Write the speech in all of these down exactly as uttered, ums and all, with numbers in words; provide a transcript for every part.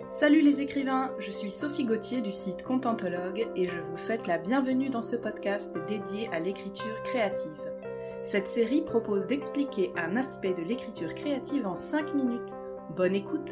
Salut les écrivains, je suis Sophie Gauthier du site Contentologue et je vous souhaite la bienvenue dans ce podcast dédié à l'écriture créative. Cette série propose d'expliquer un aspect de l'écriture créative en cinq minutes. Bonne écoute!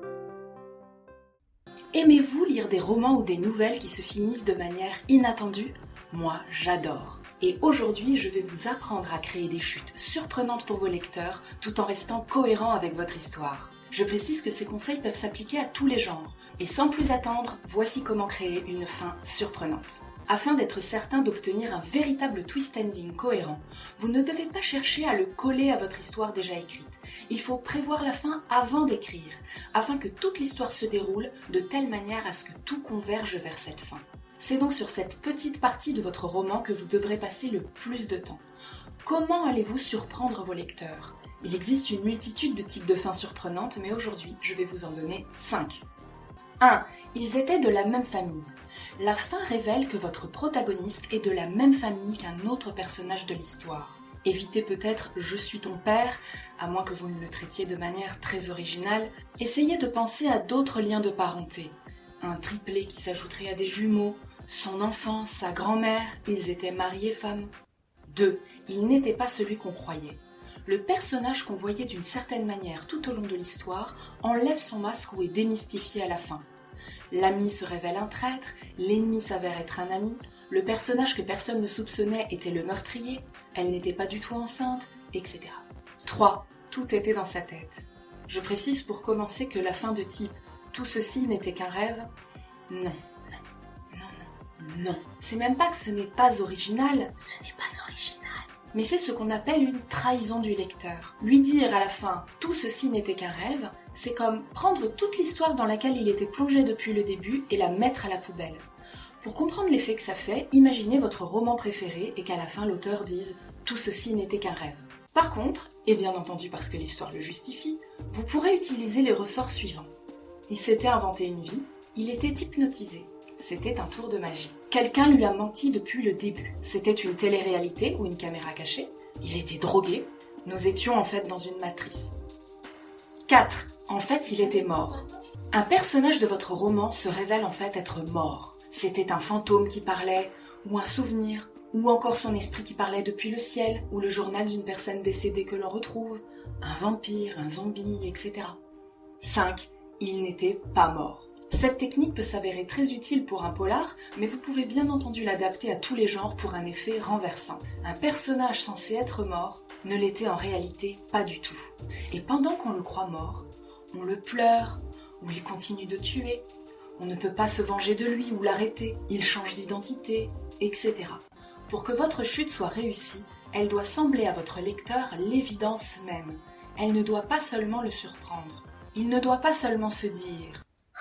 Aimez-vous lire des romans ou des nouvelles qui se finissent de manière inattendue? Moi, j'adore. Et aujourd'hui, je vais vous apprendre à créer des chutes surprenantes pour vos lecteurs tout en restant cohérent avec votre histoire. Je précise que ces conseils peuvent s'appliquer à tous les genres. Et sans plus attendre, voici comment créer une fin surprenante. Afin d'être certain d'obtenir un véritable twist ending cohérent, vous ne devez pas chercher à le coller à votre histoire déjà écrite. Il faut prévoir la fin avant d'écrire, afin que toute l'histoire se déroule de telle manière à ce que tout converge vers cette fin. C'est donc sur cette petite partie de votre roman que vous devrez passer le plus de temps. Comment allez-vous surprendre vos lecteurs ? Il existe une multitude de types de fins surprenantes, mais aujourd'hui, je vais vous en donner cinq. un. Ils étaient de la même famille. La fin révèle que votre protagoniste est de la même famille qu'un autre personnage de l'histoire. Évitez peut-être « je suis ton père », à moins que vous ne le traitiez de manière très originale. Essayez de penser à d'autres liens de parenté. Un triplé qui s'ajouterait à des jumeaux, son enfant, sa grand-mère, ils étaient mari et femme. deux. Il n'était pas celui qu'on croyait. Le personnage qu'on voyait d'une certaine manière tout au long de l'histoire enlève son masque ou est démystifié à la fin. L'ami se révèle un traître, l'ennemi s'avère être un ami, le personnage que personne ne soupçonnait était le meurtrier, elle n'était pas du tout enceinte, et cetera. trois. Tout était dans sa tête. Je précise pour commencer que la fin de type « tout ceci n'était qu'un rêve », non, non, non, non, non. C'est même pas que ce n'est pas original, ce n'est pas original. Mais c'est ce qu'on appelle une trahison du lecteur. Lui dire à la fin « tout ceci n'était qu'un rêve », c'est comme prendre toute l'histoire dans laquelle il était plongé depuis le début et la mettre à la poubelle. Pour comprendre l'effet que ça fait, imaginez votre roman préféré et qu'à la fin l'auteur dise « tout ceci n'était qu'un rêve ». Par contre, et bien entendu parce que l'histoire le justifie, vous pourrez utiliser les ressorts suivants. Il s'était inventé une vie, il était hypnotisé. C'était un tour de magie. Quelqu'un lui a menti depuis le début. C'était une télé-réalité ou une caméra cachée. Il était drogué. Nous étions en fait dans une matrice. quatre. En fait, il était mort. Un personnage de votre roman se révèle en fait être mort. C'était un fantôme qui parlait, ou un souvenir, ou encore son esprit qui parlait depuis le ciel, ou le journal d'une personne décédée que l'on retrouve, un vampire, un zombie, et cetera. cinq. Il n'était pas mort. Cette technique peut s'avérer très utile pour un polar, mais vous pouvez bien entendu l'adapter à tous les genres pour un effet renversant. Un personnage censé être mort ne l'était en réalité pas du tout. Et pendant qu'on le croit mort, on le pleure, ou il continue de tuer, on ne peut pas se venger de lui ou l'arrêter, il change d'identité, et cetera. Pour que votre chute soit réussie, elle doit sembler à votre lecteur l'évidence même. Elle ne doit pas seulement le surprendre. Il ne doit pas seulement se dire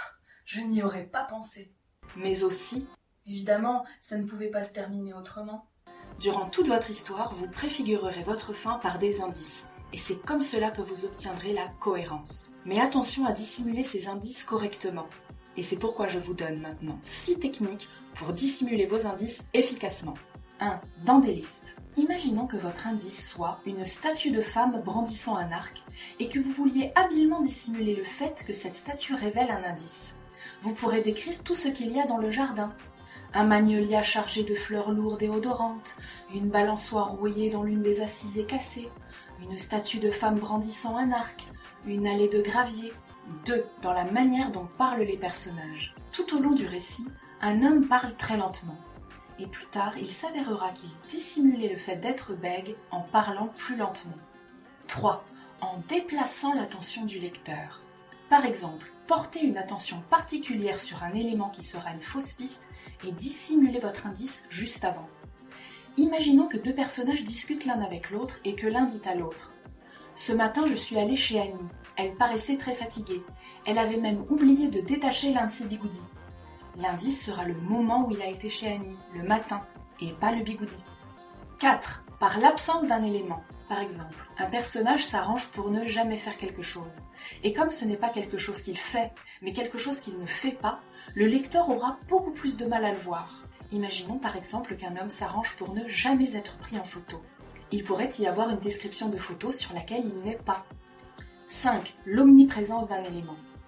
je n'y aurais pas pensé. Mais aussi, évidemment, ça ne pouvait pas se terminer autrement. Durant toute votre histoire, vous préfigurerez votre fin par des indices. Et c'est comme cela que vous obtiendrez la cohérence. Mais attention à dissimuler ces indices correctement. Et c'est pourquoi je vous donne maintenant six techniques pour dissimuler vos indices efficacement. un. Dans des listes. Imaginons que votre indice soit une statue de femme brandissant un arc et que vous vouliez habilement dissimuler le fait que cette statue révèle un indice. Vous pourrez décrire tout ce qu'il y a dans le jardin. Un magnolia chargé de fleurs lourdes et odorantes, une balançoire rouillée dont l'une des assises est cassée, une statue de femme brandissant un arc, une allée de gravier. deux. Dans la manière dont parlent les personnages. Tout au long du récit, un homme parle très lentement. Et plus tard, il s'avérera qu'il dissimulait le fait d'être bègue en parlant plus lentement. trois. En déplaçant l'attention du lecteur. Par exemple, portez une attention particulière sur un élément qui sera une fausse piste et dissimulez votre indice juste avant. Imaginons que deux personnages discutent l'un avec l'autre et que l'un dit à l'autre « Ce matin, je suis allée chez Annie. Elle paraissait très fatiguée. Elle avait même oublié de détacher l'un de ses bigoudis. » L'indice sera le moment où il a été chez Annie, le matin, et pas le bigoudi. quatre. Par l'absence d'un élément. Par exemple, un personnage s'arrange pour ne jamais faire quelque chose. Et comme ce n'est pas quelque chose qu'il fait, mais quelque chose qu'il ne fait pas, le lecteur aura beaucoup plus de mal à le voir. Imaginons par exemple qu'un homme s'arrange pour ne jamais être pris en photo. Il pourrait y avoir une description de photo sur laquelle il n'est pas. cinq. L'omniprésence d'un élément.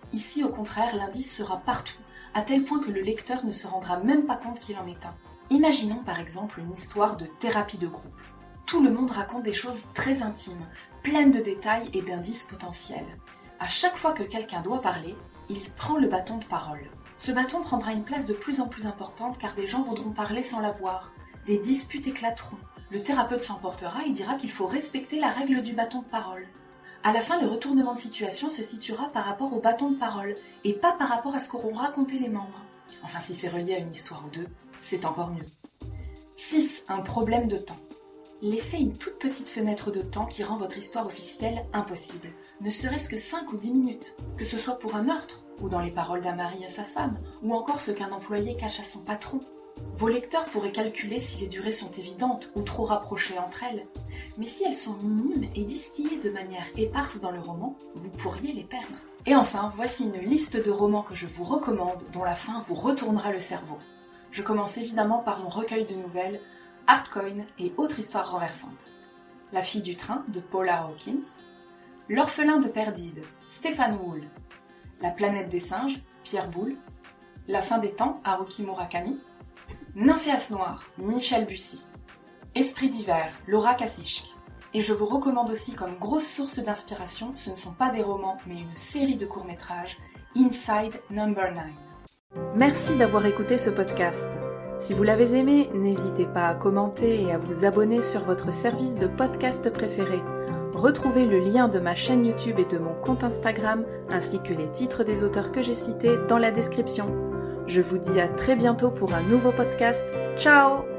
Ici, au contraire, l'indice sera partout, à tel point que le lecteur ne se rendra même pas compte qu'il en est un. Imaginons par exemple une histoire de thérapie de groupe. Tout le monde raconte des choses très intimes, pleines de détails et d'indices potentiels. À chaque fois que quelqu'un doit parler, il prend le bâton de parole. Ce bâton prendra une place de plus en plus importante car des gens voudront parler sans l'avoir. Des disputes éclateront. Le thérapeute s'emportera et dira qu'il faut respecter la règle du bâton de parole. À la fin, le retournement de situation se situera par rapport au bâton de parole et pas par rapport à ce qu'auront raconté les membres. Enfin, si c'est relié à une histoire ou deux, c'est encore mieux. six. Un problème de temps. Laissez une toute petite fenêtre de temps qui rend votre histoire officielle impossible, ne serait-ce que cinq ou dix minutes, que ce soit pour un meurtre, ou dans les paroles d'un mari à sa femme, ou encore ce qu'un employé cache à son patron. Vos lecteurs pourraient calculer si les durées sont évidentes ou trop rapprochées entre elles, mais si elles sont minimes et distillées de manière éparse dans le roman, vous pourriez les perdre. Et enfin, voici une liste de romans que je vous recommande dont la fin vous retournera le cerveau. Je commence évidemment par mon recueil de nouvelles Heartcoin et autres histoires renversantes. La fille du train de Paula Hawkins, L'orphelin de Perdide, Stephen Wool, La planète des singes, Pierre Boulle, La fin des temps, Haruki Murakami, Nymphéas noir, Michel Bussy, Esprit d'hiver, Laura Kassishk. Et je vous recommande aussi comme grosse source d'inspiration, ce ne sont pas des romans mais une série de courts-métrages, Inside Number nine. Merci d'avoir écouté ce podcast. Si vous l'avez aimé, n'hésitez pas à commenter et à vous abonner sur votre service de podcast préféré. Retrouvez le lien de ma chaîne YouTube et de mon compte Instagram, ainsi que les titres des auteurs que j'ai cités dans la description. Je vous dis à très bientôt pour un nouveau podcast. Ciao!